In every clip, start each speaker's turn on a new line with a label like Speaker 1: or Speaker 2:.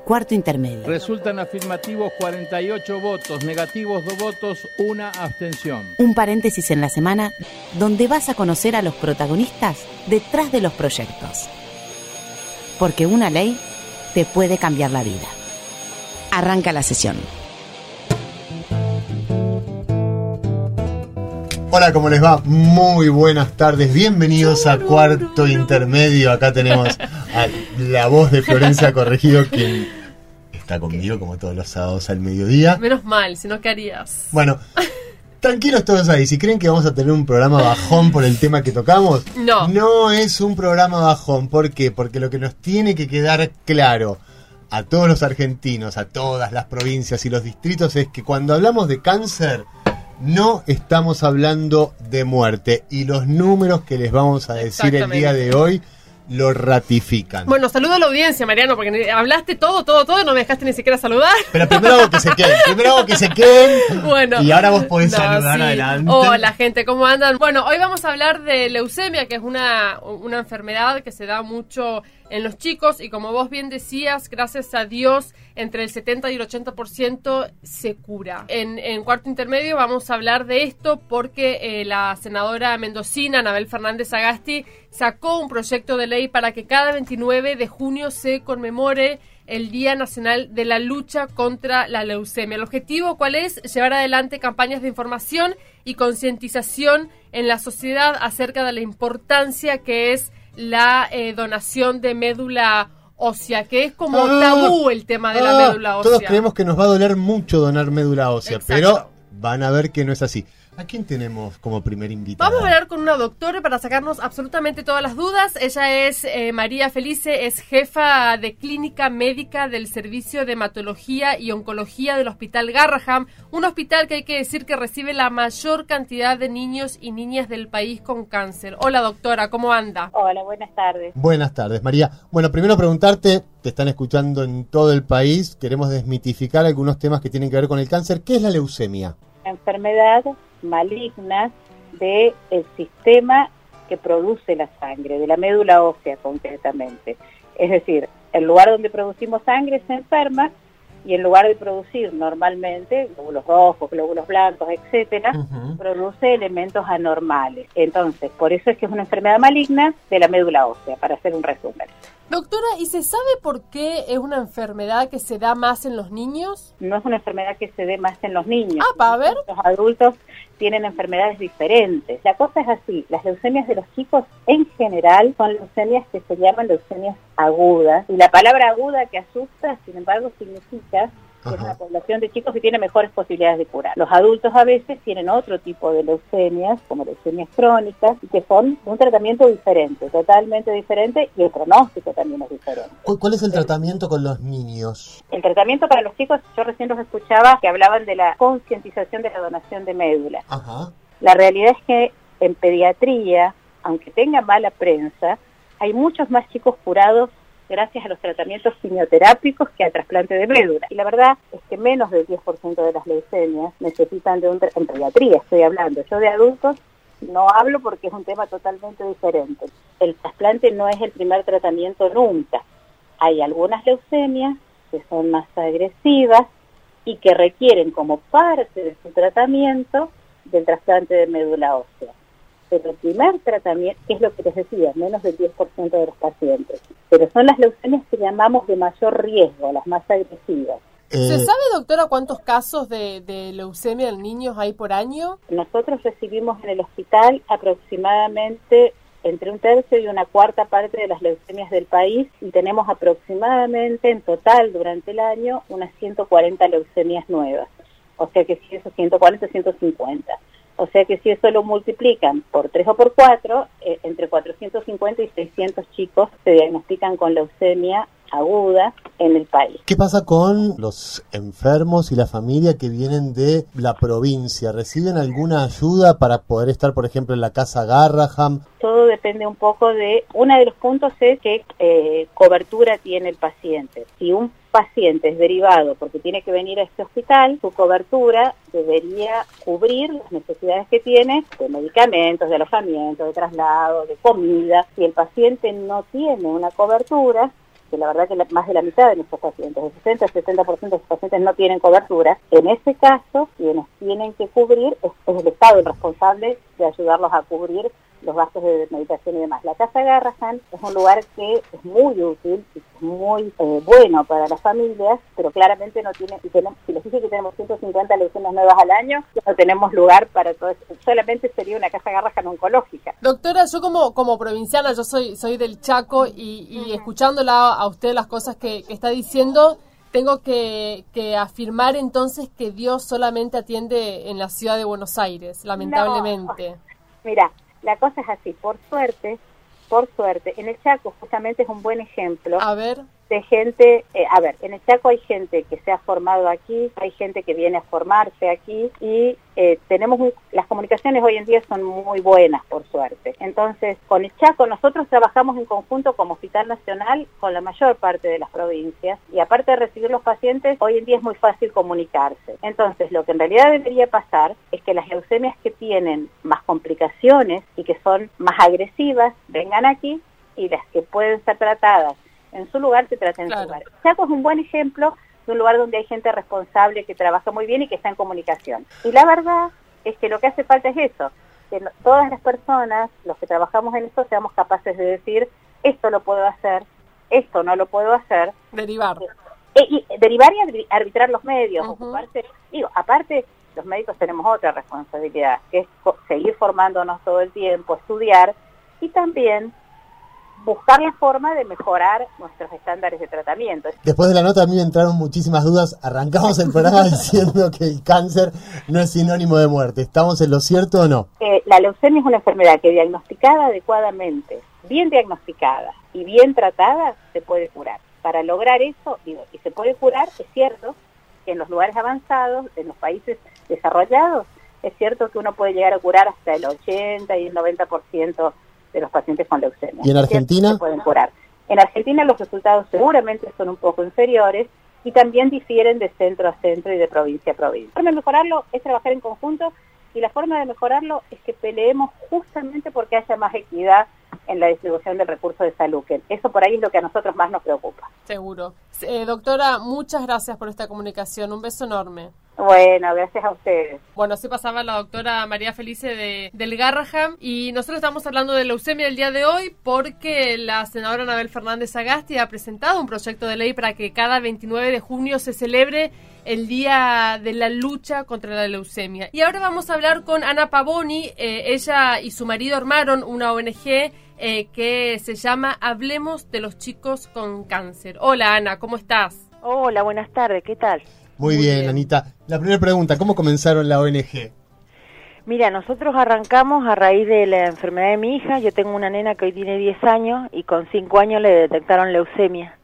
Speaker 1: Cuarto intermedio.
Speaker 2: Resultan afirmativos 48 votos, negativos 2 votos, 1 abstención.
Speaker 1: Un paréntesis en la semana donde vas a conocer a los protagonistas detrás de los proyectos. Porque una ley te puede cambiar la vida. Arranca la sesión.
Speaker 3: Hola, ¿cómo les va? Muy buenas tardes, bienvenidos a Cuarto Intermedio. Acá tenemos a la voz de Florencia Corregido, quien está conmigo como todos los sábados al mediodía.
Speaker 4: Menos mal, si no, ¿qué harías?
Speaker 3: Bueno, tranquilos todos ahí, si creen que vamos a tener un programa bajón por el tema que tocamos, no es un programa bajón. ¿Por qué? Porque lo que nos tiene que quedar claro a todos los argentinos, a todas las provincias y los distritos, es que cuando hablamos de cáncer, no estamos hablando de muerte, y los números que les vamos a decir el día de hoy lo ratifican.
Speaker 4: Bueno, saludo a la audiencia, Mariano, porque hablaste todo y no me dejaste ni siquiera saludar.
Speaker 3: Pero primero hago que se queden,
Speaker 4: bueno,
Speaker 3: y ahora vos podés saludar adelante.
Speaker 4: Hola, gente, ¿cómo andan? Bueno, hoy vamos a hablar de leucemia, que es una enfermedad que se da mucho en los chicos, y como vos bien decías, gracias a Dios, entre el 70 y el 80% se cura. En Cuarto Intermedio vamos a hablar de esto porque la senadora mendocina, Anabel Fernández Sagasti, sacó un proyecto de ley para que cada 29 de junio se conmemore el Día Nacional de la Lucha contra la Leucemia. ¿El objetivo cuál es? Llevar adelante campañas de información y concientización en la sociedad acerca de la importancia que es la donación de médula ósea, que es como tabú el tema de la médula ósea.
Speaker 3: Todos creemos que nos va a doler mucho donar médula ósea. Exacto. Pero van a ver que no es así. ¿A quién tenemos como primer invitado?
Speaker 4: Vamos a hablar con una doctora para sacarnos absolutamente todas las dudas. Ella es María Felice, es jefa de clínica médica del Servicio de Hematología y Oncología del Hospital Garrahan, un hospital que hay que decir que recibe la mayor cantidad de niños y niñas del país con cáncer. Hola, doctora, ¿cómo anda?
Speaker 5: Hola, buenas tardes.
Speaker 3: Buenas tardes, María. Bueno, primero preguntarte, te están escuchando en todo el país, queremos desmitificar algunos temas que tienen que ver con el cáncer. ¿Qué es la leucemia?
Speaker 5: Enfermedad malignas del sistema que produce la sangre, de la médula ósea concretamente. Es decir, el lugar donde producimos sangre se enferma, y en lugar de producir normalmente glóbulos rojos, glóbulos blancos, etcétera, produce elementos anormales. Entonces, por eso es que es una enfermedad maligna de la médula ósea, para hacer un resumen.
Speaker 4: Doctora, ¿y se sabe por qué es una enfermedad que se da más en los niños?
Speaker 5: No es una enfermedad que se dé más en los niños.
Speaker 4: ¿Va a ver?
Speaker 5: Los adultos tienen enfermedades diferentes. La cosa es así, las leucemias de los chicos en general son leucemias que se llaman leucemias agudas, y la palabra aguda, que asusta, sin embargo significa que es una población de chicos que tiene mejores posibilidades de curar. Los adultos a veces tienen otro tipo de leucemias, como leucemias crónicas, y que son un tratamiento diferente, totalmente diferente, y el pronóstico también es diferente.
Speaker 3: ¿Cuál es el tratamiento con los niños?
Speaker 5: El tratamiento para los chicos, yo recién los escuchaba que hablaban de la concientización de la donación de médula. La realidad es que en pediatría, aunque tenga mala prensa, hay muchos más chicos curados gracias a los tratamientos quimioterápicos que al trasplante de médula. Y la verdad es que menos del 10% de las leucemias necesitan de en pediatría, estoy hablando. Yo de adultos no hablo porque es un tema totalmente diferente. El trasplante no es el primer tratamiento nunca. Hay algunas leucemias que son más agresivas y que requieren como parte de su tratamiento del trasplante de médula ósea. Pero el primer tratamiento, que es lo que les decía, menos del 10% de los pacientes, pero son las leucemias que llamamos de mayor riesgo, las más agresivas.
Speaker 4: ¿Se sabe, doctora, cuántos casos de leucemia en niños hay por año?
Speaker 5: Nosotros recibimos en el hospital aproximadamente entre un tercio y una cuarta parte de las leucemias del país, y tenemos aproximadamente en total durante el año unas 140 leucemias nuevas. O sea que si eso 140, 150. O sea que si eso lo multiplican por 3 o por 4, entre 450 y 600 chicos se diagnostican con leucemia aguda en el país.
Speaker 3: ¿Qué pasa con los enfermos y la familia que vienen de la provincia? ¿Reciben alguna ayuda para poder estar, por ejemplo, en la casa Garrahan?
Speaker 5: Todo depende un poco de... Uno de los puntos es qué cobertura tiene el paciente. Si un paciente es derivado porque tiene que venir a este hospital, su cobertura debería cubrir las necesidades que tiene de medicamentos, de alojamiento, de traslado, de comida. Si el paciente no tiene una cobertura, que la verdad que más de la mitad de nuestros pacientes, el 60-70% de los pacientes no tienen cobertura, en ese caso, quienes tienen que cubrir es el Estado el responsable de ayudarlos a cubrir los gastos de medicación y demás. La Casa Garrahan es un lugar que es muy útil, es muy bueno para las familias, pero claramente no tiene, si les dije que tenemos 150 leucemias nuevas al año, no tenemos lugar para todo eso. Solamente sería una Casa Garrahan oncológica.
Speaker 4: Doctora, yo como provinciana, yo soy del Chaco y escuchándola a usted las cosas que está diciendo, tengo que afirmar entonces que Dios solamente atiende en la ciudad de Buenos Aires, lamentablemente.
Speaker 5: No. Mira, la cosa es así, por suerte, en el Chaco justamente es un buen ejemplo de gente, en el Chaco hay gente que se ha formado aquí, hay gente que viene a formarse aquí y las comunicaciones hoy en día son muy buenas, por suerte. Entonces, con el Chaco nosotros trabajamos en conjunto como Hospital Nacional con la mayor parte de las provincias y aparte de recibir los pacientes, hoy en día es muy fácil comunicarse. Entonces, lo que en realidad debería pasar es que las leucemias que tienen más complicaciones y que son más agresivas vengan aquí y las que pueden ser tratadas en su lugar se traten en su lugar. Chaco es un buen ejemplo de un lugar donde hay gente responsable que trabaja muy bien y que está en comunicación. Y la verdad es que lo que hace falta es eso, que todas las personas, los que trabajamos en esto, seamos capaces de decir, esto lo puedo hacer, esto no lo puedo hacer.
Speaker 4: Derivar.
Speaker 5: Y derivar y arbitrar los medios, ocuparse. Aparte, los médicos tenemos otra responsabilidad, que es seguir formándonos todo el tiempo, estudiar y también buscar la forma de mejorar nuestros estándares de tratamiento.
Speaker 3: Después de la nota a mí me entraron muchísimas dudas. Arrancamos el programa diciendo que el cáncer no es sinónimo de muerte. ¿Estamos en lo cierto o no?
Speaker 5: La leucemia es una enfermedad que diagnosticada adecuadamente, bien diagnosticada y bien tratada, se puede curar. Para lograr eso, y se puede curar, es cierto que en los lugares avanzados, en los países desarrollados, es cierto que uno puede llegar a curar hasta el 80 y el 90% de los pacientes con leucemia.
Speaker 3: ¿Y en Argentina?
Speaker 5: Se pueden curar. En Argentina los resultados seguramente son un poco inferiores y también difieren de centro a centro y de provincia a provincia. La forma de mejorarlo es trabajar en conjunto y la forma de mejorarlo es que peleemos justamente porque haya más equidad en la distribución del recurso de salud, que eso por ahí es lo que a nosotros más nos preocupa.
Speaker 4: Seguro. Doctora, muchas gracias por esta comunicación. Un beso enorme.
Speaker 5: Bueno, gracias a ustedes.
Speaker 4: Bueno, así pasaba la doctora María Felice del Garrahan y nosotros estamos hablando de leucemia el día de hoy porque la senadora Anabel Fernández Sagasti ha presentado un proyecto de ley para que cada 29 de junio se celebre el Día de la Lucha contra la Leucemia. Y ahora vamos a hablar con Ana Pavoni. Ella y su marido armaron una ONG que se llama Hablemos de los Chicos con Cáncer. Hola Ana, ¿cómo estás?
Speaker 6: Hola, buenas tardes, ¿qué tal?
Speaker 3: Muy bien, Anita. La primera pregunta, ¿cómo comenzaron la ONG?
Speaker 6: Mira, nosotros arrancamos a raíz de la enfermedad de mi hija. Yo tengo una nena que hoy tiene 10 años y con 5 años le detectaron leucemia.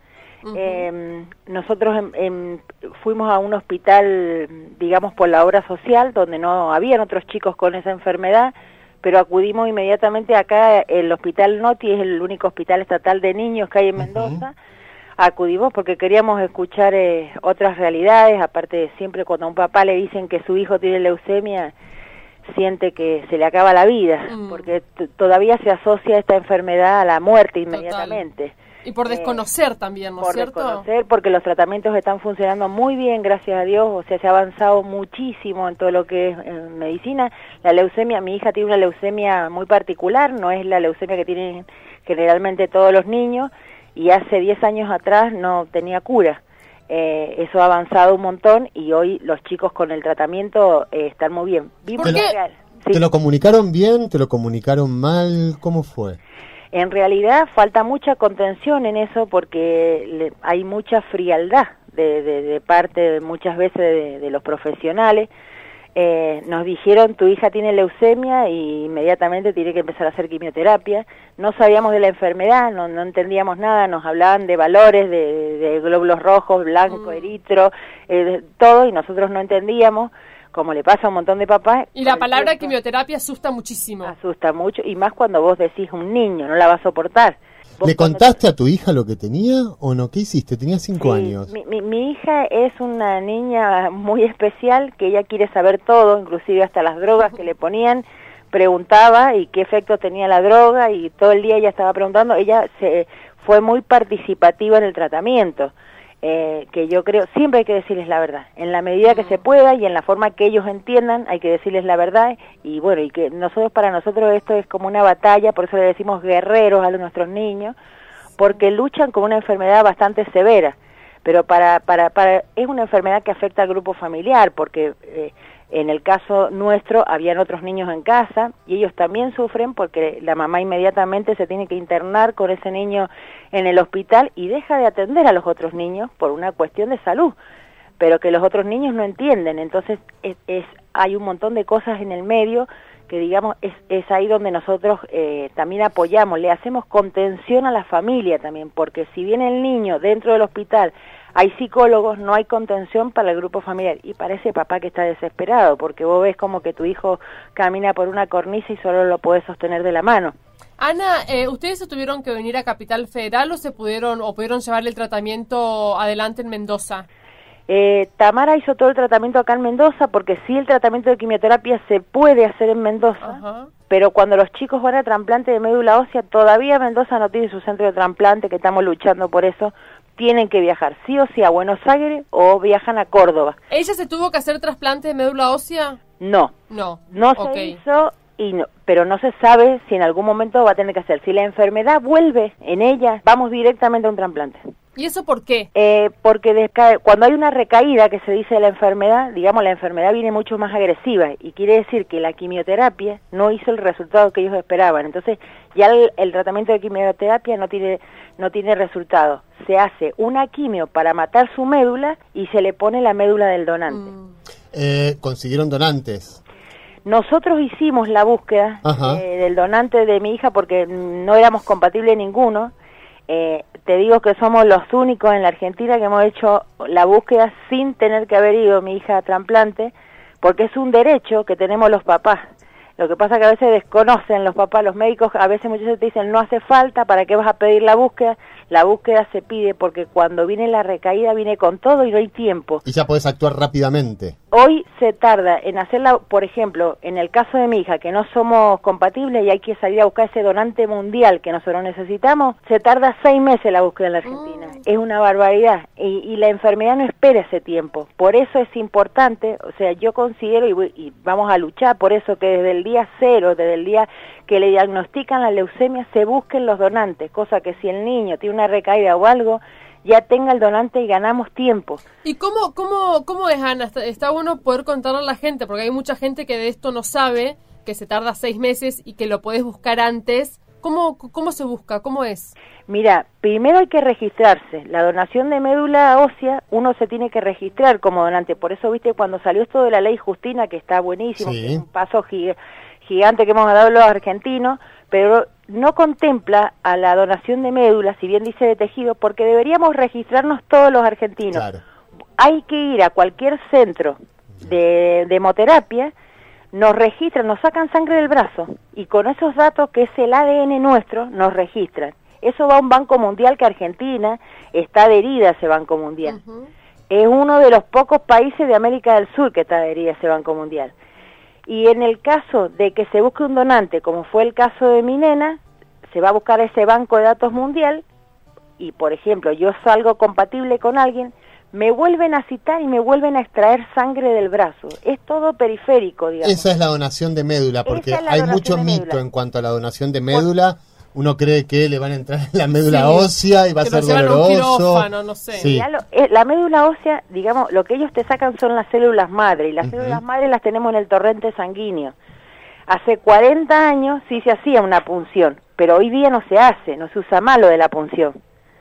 Speaker 6: Nosotros fuimos a un hospital, digamos, por la obra social, donde no habían otros chicos con esa enfermedad, pero acudimos inmediatamente acá. El Hospital Noti es el único hospital estatal de niños que hay en Mendoza. Acudimos porque queríamos escuchar otras realidades. Aparte, siempre cuando a un papá le dicen que su hijo tiene leucemia, siente que se le acaba la vida, porque todavía se asocia esta enfermedad a la muerte inmediatamente.
Speaker 4: Total. Y por desconocer también, ¿no es cierto?
Speaker 6: Por desconocer, porque los tratamientos están funcionando muy bien, gracias a Dios. O sea, se ha avanzado muchísimo en todo lo que es medicina. La leucemia, mi hija tiene una leucemia muy particular, no es la leucemia que tienen generalmente todos los niños, y hace 10 años atrás no tenía cura. Eso ha avanzado un montón y hoy los chicos con el tratamiento están muy bien.
Speaker 3: ¿Te lo comunicaron bien? ¿Te lo comunicaron mal? ¿Cómo fue?
Speaker 6: En realidad falta mucha contención en eso porque hay mucha frialdad de parte muchas veces de los profesionales. Nos dijeron, tu hija tiene leucemia y inmediatamente tiene que empezar a hacer quimioterapia. No sabíamos de la enfermedad, no entendíamos nada, nos hablaban de valores, de glóbulos rojos, blanco, eritro, todo, y nosotros no entendíamos, como le pasa a un montón de papás.
Speaker 4: Y la palabra quimioterapia asusta muchísimo.
Speaker 6: Asusta mucho, y más cuando vos decís un niño, no la va a soportar.
Speaker 3: ¿Le contaste a tu hija lo que tenía o no? ¿Qué hiciste? Tenía 5 años.
Speaker 6: Mi hija es una niña muy especial, que ella quiere saber todo, inclusive hasta las drogas que le ponían, preguntaba y qué efecto tenía la droga, y todo el día ella estaba preguntando. Ella fue muy participativa en el tratamiento. Que yo creo, siempre hay que decirles la verdad, en la medida que se pueda y en la forma que ellos entiendan, hay que decirles la verdad, y bueno, y que para nosotros esto es como una batalla, por eso le decimos guerreros a nuestros niños, porque luchan con una enfermedad bastante severa, pero es una enfermedad que afecta al grupo familiar, porque en el caso nuestro habían otros niños en casa y ellos también sufren porque la mamá inmediatamente se tiene que internar con ese niño en el hospital y deja de atender a los otros niños por una cuestión de salud, pero que los otros niños no entienden. Entonces hay un montón de cosas en el medio que digamos es ahí donde nosotros también apoyamos, le hacemos contención a la familia también, porque si viene el niño dentro del hospital, hay psicólogos, no hay contención para el grupo familiar, y para ese papá que está desesperado, porque vos ves como que tu hijo camina por una cornisa y solo lo podés sostener de la mano.
Speaker 4: Ana, ¿ustedes se tuvieron que venir a Capital Federal o pudieron llevarle el tratamiento adelante en Mendoza?
Speaker 6: Tamara hizo todo el tratamiento acá en Mendoza, porque sí, el tratamiento de quimioterapia se puede hacer en Mendoza, pero cuando los chicos van a trasplante de médula ósea, todavía Mendoza no tiene su centro de trasplante, que estamos luchando por eso. Tienen que viajar sí o sí a Buenos Aires o viajan a Córdoba.
Speaker 4: ¿Ella se tuvo que hacer trasplante de médula ósea?
Speaker 6: No se hizo, pero no se sabe si en algún momento va a tener que hacer. Si la enfermedad vuelve en ella, vamos directamente a un trasplante.
Speaker 4: ¿Y eso por qué?
Speaker 6: Porque cuando hay una recaída que se dice de la enfermedad, digamos, la enfermedad viene mucho más agresiva y quiere decir que la quimioterapia no hizo el resultado que ellos esperaban. Entonces ya el tratamiento de quimioterapia no tiene resultado. Se hace una quimio para matar su médula y se le pone la médula del donante.
Speaker 3: ¿Consiguieron donantes?
Speaker 6: Nosotros hicimos la búsqueda del donante de mi hija porque no éramos compatibles ninguno. Te digo que somos los únicos en la Argentina que hemos hecho la búsqueda sin tener que haber ido mi hija a trasplante, porque es un derecho que tenemos los papás. Lo que pasa es que a veces desconocen los papás, los médicos, a veces muchas veces te dicen no hace falta, ¿para qué vas a pedir la búsqueda? La búsqueda se pide porque cuando viene la recaída viene con todo y no hay tiempo.
Speaker 3: Y ya podés actuar rápidamente.
Speaker 6: Hoy se tarda en hacerla, por ejemplo, en el caso de mi hija, que no somos compatibles y hay que salir a buscar ese donante mundial que nosotros necesitamos, se tarda 6 meses la búsqueda en la Argentina. Es una barbaridad y la enfermedad no espera ese tiempo. Por eso es importante, o sea, yo considero y vamos a luchar por eso que desde el día 0, desde el día que le diagnostican la leucemia, se busquen los donantes, cosa que si el niño tiene una recaída o algo, ya tenga el donante y ganamos tiempo.
Speaker 4: ¿Y cómo es, Ana? Está bueno poder contarle a la gente, porque hay mucha gente que de esto no sabe, que se tarda 6 meses y que lo podés buscar antes. ¿Cómo se busca? ¿Cómo es?
Speaker 6: Mira, primero hay que registrarse. La donación de médula ósea, uno se tiene que registrar como donante. Por eso, viste, cuando salió esto de la ley Justina, que está buenísimo, que es un paso gigante que hemos dado los argentinos, pero no contempla a la donación de médula, si bien dice de tejido, porque deberíamos registrarnos todos los argentinos. Claro. Hay que ir a cualquier centro de hemoterapia, nos registran, nos sacan sangre del brazo y con esos datos, que es el ADN nuestro, nos registran. Eso va a un banco mundial, que Argentina está adherida a ese banco mundial. Es uno de los pocos países de América del Sur que está adherida a ese banco mundial. Y en el caso de que se busque un donante, como fue el caso de mi nena, se va a buscar ese banco de datos mundial y, por ejemplo, yo salgo compatible con alguien, me vuelven a citar y me vuelven a extraer sangre del brazo. Es todo periférico, digamos.
Speaker 3: Esa es la donación de médula, porque hay mucho mito en cuanto a la donación de médula. Uno cree que le van a entrar en la médula ósea y va a ser doloroso.
Speaker 4: No sé.
Speaker 6: Sí. La médula ósea, digamos, lo que ellos te sacan son las células madre, y las células madre las tenemos en el torrente sanguíneo. Hace 40 años sí se hacía una punción, pero hoy día no se hace, no se usa más lo de la punción.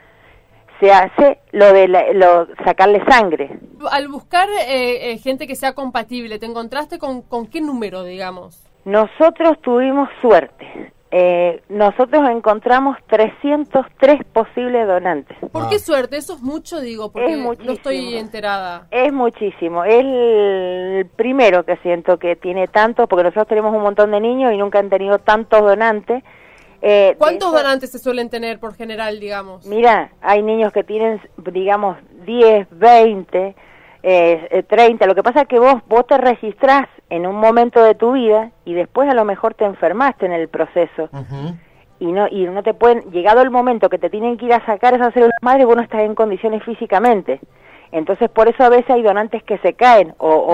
Speaker 6: Se hace lo de sacarle sangre.
Speaker 4: Al buscar gente que sea compatible, ¿te encontraste con qué número, digamos?
Speaker 6: Nosotros tuvimos suerte. Nosotros encontramos 303 posibles donantes.
Speaker 4: ¿Por qué suerte? Eso es mucho, digo, porque no estoy enterada.
Speaker 6: Es muchísimo. Es el primero que siento que tiene tantos, porque nosotros tenemos un montón de niños y nunca han tenido tantos donantes.
Speaker 4: ¿Cuántos donantes se suelen tener por general, digamos?
Speaker 6: Mira, hay niños que tienen, digamos, 10, 20, 30. Lo que pasa es que vos te registrás en un momento de tu vida y después a lo mejor te enfermaste en el proceso. y no te pueden, llegado el momento que te tienen que ir a sacar esas células madre, vos no estás en condiciones físicamente. Entonces, por eso a veces hay donantes que se caen,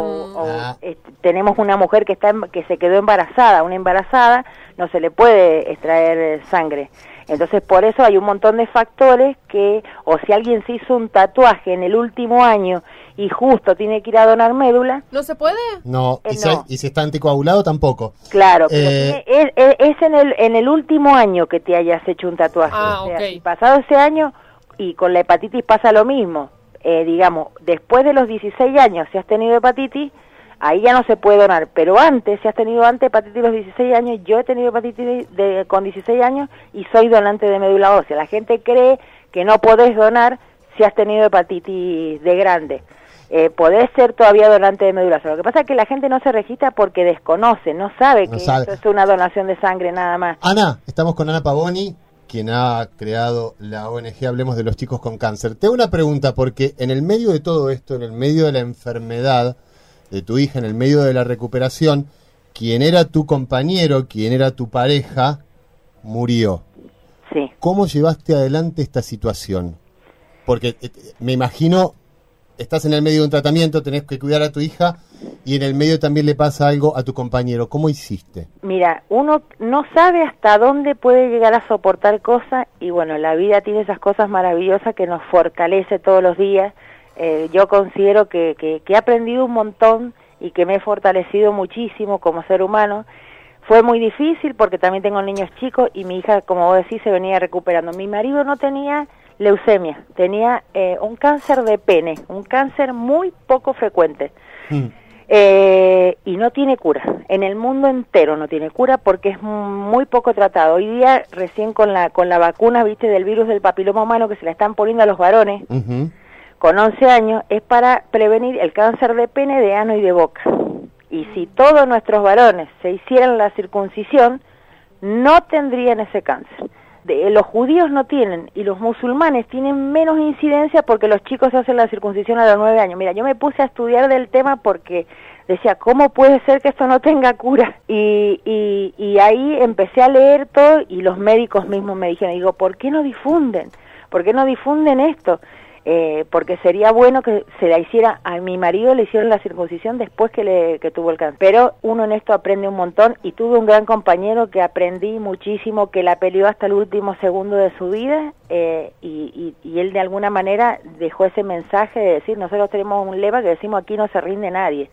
Speaker 6: tenemos una mujer que se quedó embarazada, una embarazada no se le puede extraer sangre. Entonces, por eso hay un montón de factores o si alguien se hizo un tatuaje en el último año y justo tiene que ir a donar médula...
Speaker 4: ¿No se puede?
Speaker 3: No, y si está anticoagulado tampoco.
Speaker 6: Claro, pero es en el último año que te hayas hecho un tatuaje. O sea, si pasado ese año, y con la hepatitis pasa lo mismo, digamos, después de los 16 años, si has tenido hepatitis, ahí ya no se puede donar, pero antes, si has tenido hepatitis a los 16 años, yo he tenido hepatitis con 16 años y soy donante de médula ósea. La gente cree que no podés donar si has tenido hepatitis de grande. Podés ser todavía donante de médula ósea. Lo que pasa es que la gente no se registra porque desconoce, no sabe que esto es una donación de sangre nada más.
Speaker 3: Ana, estamos con Ana Pavoni, quien ha creado la ONG Hablemos de los Chicos con Cáncer. Te hago una pregunta, porque en el medio de todo esto, en el medio de la enfermedad de tu hija, en el medio de la recuperación, quien era tu compañero, quien era tu pareja, murió.
Speaker 6: Sí.
Speaker 3: ¿Cómo llevaste adelante esta situación? Porque me imagino, estás en el medio de un tratamiento, tenés que cuidar a tu hija y en el medio también le pasa algo a tu compañero. ¿Cómo hiciste?
Speaker 6: Mira, uno no sabe hasta dónde puede llegar a soportar cosas y bueno, la vida tiene esas cosas maravillosas que nos fortalece todos los días. Yo considero que he aprendido un montón y que me he fortalecido muchísimo como ser humano. Fue muy difícil porque también tengo niños chicos y mi hija, como vos decís, se venía recuperando. Mi marido no tenía leucemia, tenía un cáncer de pene, un cáncer muy poco frecuente. Y no tiene cura, en el mundo entero no tiene cura porque es muy poco tratado. Hoy día, recién con la vacuna, viste, del virus del papiloma humano que se la están poniendo a los varones, con 11 años, es para prevenir el cáncer de pene, de ano y de boca. Y si todos nuestros varones se hicieran la circuncisión, no tendrían ese cáncer. Los judíos no tienen, y los musulmanes tienen menos incidencia porque los chicos hacen la circuncisión a los 9 años. Mira, yo me puse a estudiar del tema porque decía, ¿cómo puede ser que esto no tenga cura? Y ahí empecé a leer todo y los médicos mismos me dijeron, digo, ¿por qué no difunden? ¿Por qué no difunden esto? Porque sería bueno que se la hiciera, a mi marido le hicieron la circuncisión después que tuvo el cáncer, pero uno en esto aprende un montón y tuve un gran compañero que aprendí muchísimo, que la peleó hasta el último segundo de su vida y él de alguna manera dejó ese mensaje de decir, nosotros tenemos un lema que decimos aquí no se rinde nadie.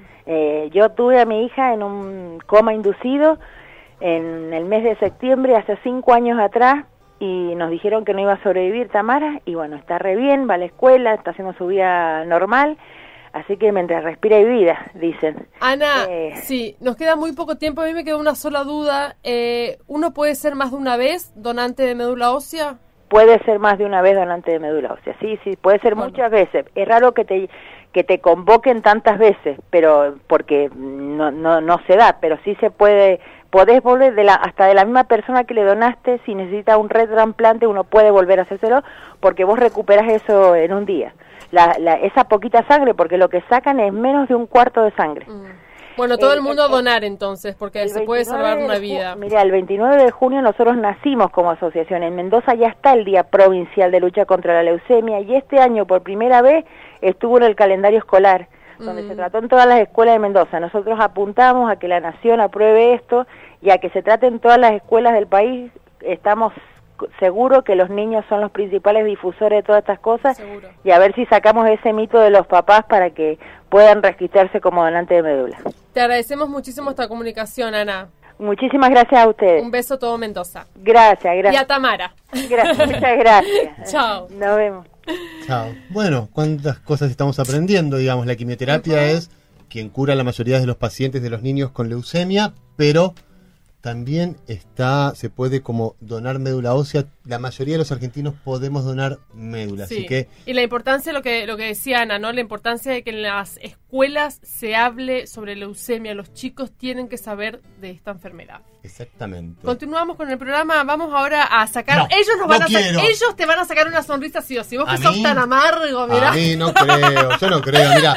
Speaker 6: Yo tuve a mi hija en un coma inducido en el mes de septiembre, hace 5 años atrás, y nos dijeron que no iba a sobrevivir Tamara, y bueno, está re bien, va a la escuela, está haciendo su vida normal, así que mientras respira hay vida, dicen.
Speaker 4: Ana, sí, nos queda muy poco tiempo, a mí me quedó una sola duda, ¿uno puede ser más de una vez donante de médula ósea?
Speaker 6: Puede ser más de una vez donante de médula ósea, sí, puede ser muchas veces, es raro que te convoquen tantas veces, pero porque no se da, pero sí se puede. Podés volver hasta de la misma persona que le donaste, si necesita un retrasplante, uno puede volver a hacérselo, porque vos recuperas eso en un día. Esa poquita sangre, porque lo que sacan es menos de un cuarto de sangre.
Speaker 4: Bueno, todo el mundo a donar entonces, porque se puede salvar una vida.
Speaker 6: Mira, el 29 de junio nosotros nacimos como asociación. En Mendoza ya está el Día Provincial de Lucha contra la Leucemia, y este año por primera vez estuvo en el calendario escolar, donde se trató en todas las escuelas de Mendoza. Nosotros apuntamos a que la Nación apruebe esto y a que se trate en todas las escuelas del país. Estamos seguros que los niños son los principales difusores de todas estas cosas. Seguro. Y a ver si sacamos ese mito de los papás para que puedan registrarse como donante de médula.
Speaker 4: Te agradecemos muchísimo esta comunicación, Ana.
Speaker 6: Muchísimas gracias a ustedes.
Speaker 4: Un beso a todo Mendoza.
Speaker 6: Gracias.
Speaker 4: Y a Tamara.
Speaker 6: Muchas gracias.
Speaker 4: Chao.
Speaker 6: Nos vemos.
Speaker 3: Chao. Bueno, cuántas cosas estamos aprendiendo, digamos, la quimioterapia es quien cura la mayoría de los pacientes de los niños con leucemia, pero también se puede como donar médula ósea. La mayoría de los argentinos podemos donar médula,
Speaker 4: sí.
Speaker 3: Así que...
Speaker 4: Y la importancia, lo que decía Ana, ¿no? La importancia de que en las escuelas se hable sobre leucemia. Los chicos tienen que saber de esta enfermedad.
Speaker 3: Exactamente.
Speaker 4: Continuamos con el programa. Vamos ahora a sacar... ellos te van a sacar una sonrisa sí o sí. Vos que sos tan amargo, mirá.
Speaker 3: A mí no creo, yo no creo. Mirá,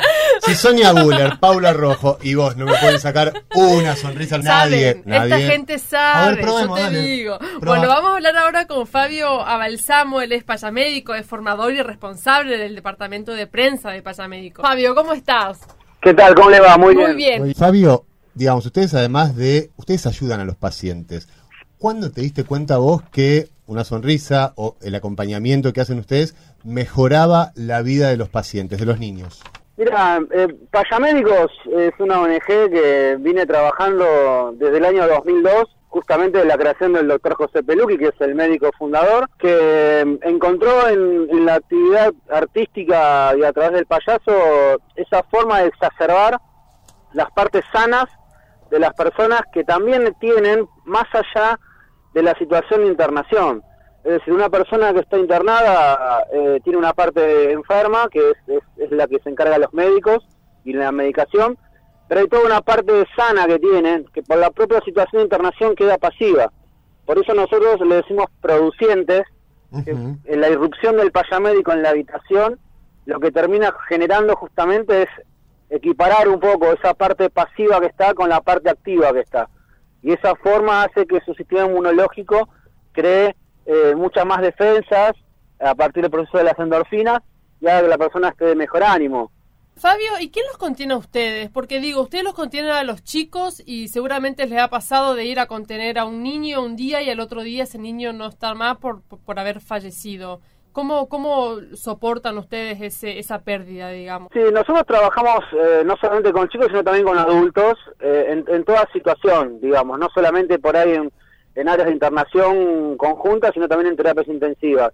Speaker 3: Si Sonia Buller, Paula Rojo y vos no me pueden sacar una sonrisa, nadie.
Speaker 4: Esta gente sabe,
Speaker 3: ver, probemos,
Speaker 4: yo te digo. Bueno, vamos a hablar ahora con Fabio Abalsamo, él es payamédico, es formador y responsable del departamento de prensa de Payamédico. Fabio, ¿cómo estás?
Speaker 7: ¿Qué tal? ¿Cómo le va? Muy
Speaker 4: bien.
Speaker 3: Fabio, digamos, ustedes ayudan a los pacientes. ¿Cuándo te diste cuenta vos que una sonrisa o el acompañamiento que hacen ustedes mejoraba la vida de los pacientes, de los niños?
Speaker 7: Mira, Payamédicos es una ONG que viene trabajando desde el año 2002, justamente de la creación del doctor José Peluqui, que es el médico fundador, que encontró en la actividad artística y a través del payaso esa forma de exacerbar las partes sanas de las personas que también tienen, más allá de la situación de internación. Es decir, una persona que está internada tiene una parte enferma, que es la que se encarga de los médicos y la medicación, pero hay toda una parte sana que tienen, que por la propia situación de internación queda pasiva. Por eso nosotros le decimos producientes, que en la irrupción del payamédico en la habitación, lo que termina generando justamente es equiparar un poco esa parte pasiva que está con la parte activa que está. Y esa forma hace que su sistema inmunológico cree muchas más defensas a partir del proceso de las endorfinas y haga que la persona esté de mejor ánimo.
Speaker 4: Fabio, ¿y quién los contiene a ustedes? Porque digo, ustedes los contienen a los chicos y seguramente les ha pasado de ir a contener a un niño un día y al otro día ese niño no está más por haber fallecido. ¿Cómo soportan ustedes esa pérdida, digamos?
Speaker 7: Sí, nosotros trabajamos no solamente con chicos, sino también con adultos, en toda situación, digamos, no solamente por ahí en áreas de internación conjunta, sino también en terapias intensivas,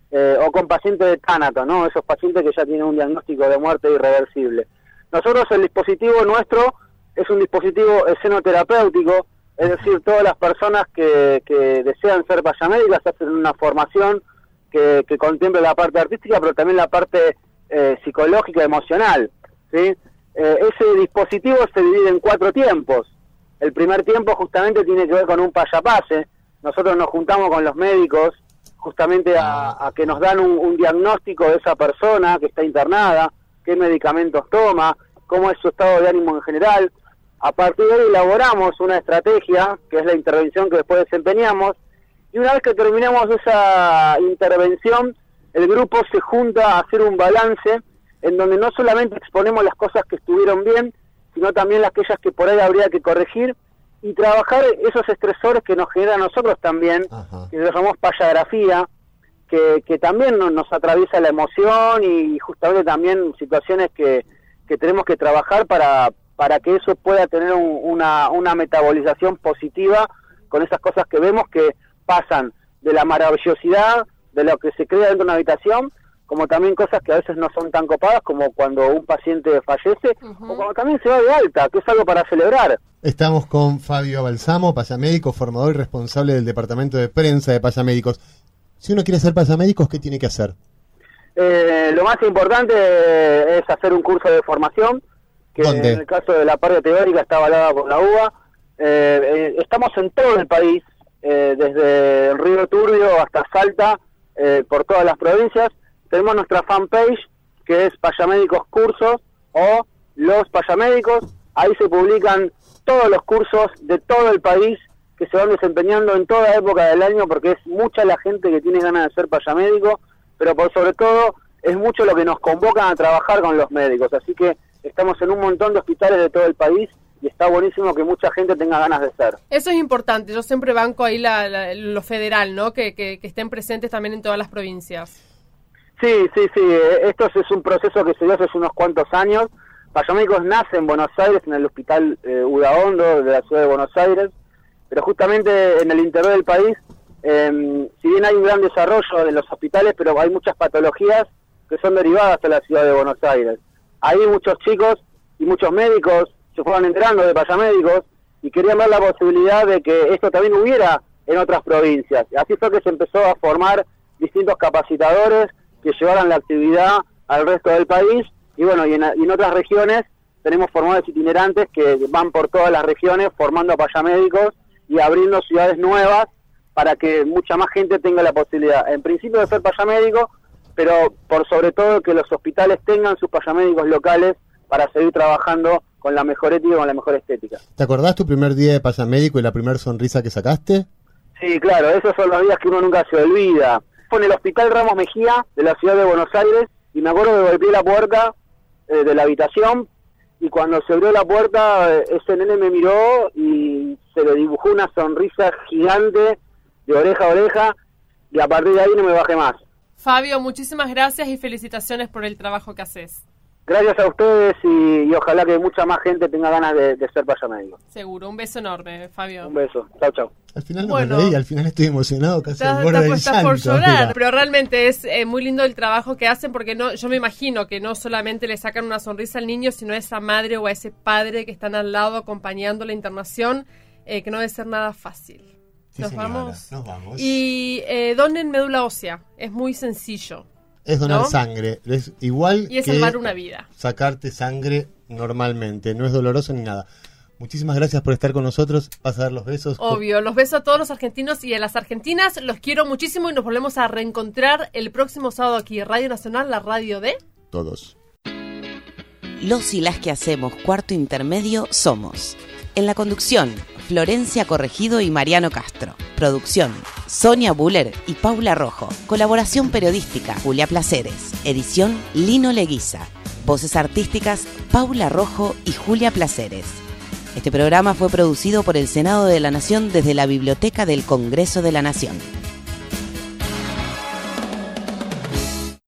Speaker 7: o con pacientes de tánato, ¿no? Esos pacientes que ya tienen un diagnóstico de muerte irreversible. Nosotros, el dispositivo nuestro es un dispositivo escenoterapéutico, es decir, todas las personas que desean ser payamédicas hacen una formación que contemple la parte artística, pero también la parte psicológica, emocional, ¿sí? Ese dispositivo se divide en 4 tiempos. El primer tiempo justamente tiene que ver con un payapase. Nosotros nos juntamos con los médicos justamente a que nos dan un diagnóstico de esa persona que está internada, qué medicamentos toma, cómo es su estado de ánimo en general. A partir de ahí elaboramos una estrategia, que es la intervención que después desempeñamos, y una vez que terminamos esa intervención, el grupo se junta a hacer un balance en donde no solamente exponemos las cosas que estuvieron bien, sino también aquellas que por ahí habría que corregir y trabajar esos estresores que nos generan a nosotros también, que llamamos payagrafía, que también nos atraviesa la emoción y justamente también situaciones que tenemos que trabajar para que eso pueda tener una metabolización positiva con esas cosas que vemos que pasan de la maravillosidad de lo que se crea dentro de una habitación, como también cosas que a veces no son tan copadas, como cuando un paciente fallece, o cuando también se va de alta, que es algo para celebrar.
Speaker 3: Estamos con Fabio Abalsamo, payamédico, formador y responsable del departamento de prensa de Payamédicos. Si uno quiere ser payamédicos, ¿qué tiene que hacer?
Speaker 7: Lo más importante es hacer un curso de formación, que ¿dónde? En el caso de la parte teórica está avalada por la UBA. Estamos en todo el país, desde el Río Turbio hasta Salta, por todas las provincias. Tenemos nuestra fanpage, que es Payamédicos Cursos o Los Payamédicos. Ahí se publican todos los cursos de todo el país que se van desempeñando en toda época del año, porque es mucha la gente que tiene ganas de ser payamédico, pero por sobre todo es mucho lo que nos convocan a trabajar con los médicos. Así que estamos en un montón de hospitales de todo el país y está buenísimo que mucha gente tenga ganas de ser. Eso
Speaker 4: es importante. Yo siempre banco ahí lo federal, ¿no? Que estén presentes también en todas las provincias.
Speaker 7: Sí. Esto es un proceso que se dio hace unos cuantos años. Payamédicos nace en Buenos Aires, en el hospital Udaondo de la ciudad de Buenos Aires, pero justamente en el interior del país, si bien hay un gran desarrollo de los hospitales, pero hay muchas patologías que son derivadas de la ciudad de Buenos Aires. Ahí muchos chicos y muchos médicos se fueron enterando de payamédicos y querían ver la posibilidad de que esto también hubiera en otras provincias. Así fue que se empezó a formar distintos capacitadores que llevaran la actividad al resto del país, y bueno, y en otras regiones tenemos formadores itinerantes que van por todas las regiones formando a payamédicos y abriendo ciudades nuevas para que mucha más gente tenga la posibilidad, en principio, de ser payamédico, pero por sobre todo que los hospitales tengan sus payamédicos locales para seguir trabajando con la mejor ética y con la mejor estética.
Speaker 3: ¿Te acordás tu primer día de pasamédico y la primera sonrisa que sacaste?
Speaker 7: Sí, claro, esos son los días que uno nunca se olvida. Fue en el Hospital Ramos Mejía de la ciudad de Buenos Aires y me acuerdo que golpeé la puerta de la habitación y cuando se abrió la puerta ese nene me miró y se le dibujó una sonrisa gigante de oreja a oreja y a partir de ahí no me bajé más.
Speaker 4: Fabio, muchísimas gracias y felicitaciones por el trabajo que haces.
Speaker 7: Gracias a ustedes y ojalá que mucha más gente tenga ganas de ser pasamédico.
Speaker 4: Seguro, un beso enorme, Fabio.
Speaker 7: Un beso, chau, chau.
Speaker 3: Al final no me reí, al final estoy emocionado, casi al borde del llanto.
Speaker 4: Por llorar, mira. Pero realmente es muy lindo el trabajo que hacen porque yo me imagino que no solamente le sacan una sonrisa al niño, sino a esa madre o a ese padre que están al lado acompañando la internación, que no debe ser nada fácil.
Speaker 3: Sí, nos vamos.
Speaker 4: Y donen médula ósea, es muy sencillo.
Speaker 3: Es donar sangre, es igual
Speaker 4: y es
Speaker 3: que
Speaker 4: salvar una vida.
Speaker 3: Sacarte sangre normalmente, no es doloroso ni nada. Muchísimas gracias por estar con nosotros, vas a dar los besos.
Speaker 4: Obvio, los besos a todos los argentinos y a las argentinas, los quiero muchísimo y nos volvemos a reencontrar el próximo sábado aquí en Radio Nacional, la radio de
Speaker 3: todos.
Speaker 1: Los y las que hacemos cuarto intermedio somos. En la conducción, Florencia Corregido y Mariano Castro. Producción, Sonia Buller y Paula Rojo. Colaboración periodística, Julia Placeres. Edición, Lino Leguiza. Voces artísticas, Paula Rojo y Julia Placeres. Este programa fue producido por el Senado de la Nación desde la Biblioteca del Congreso de la Nación.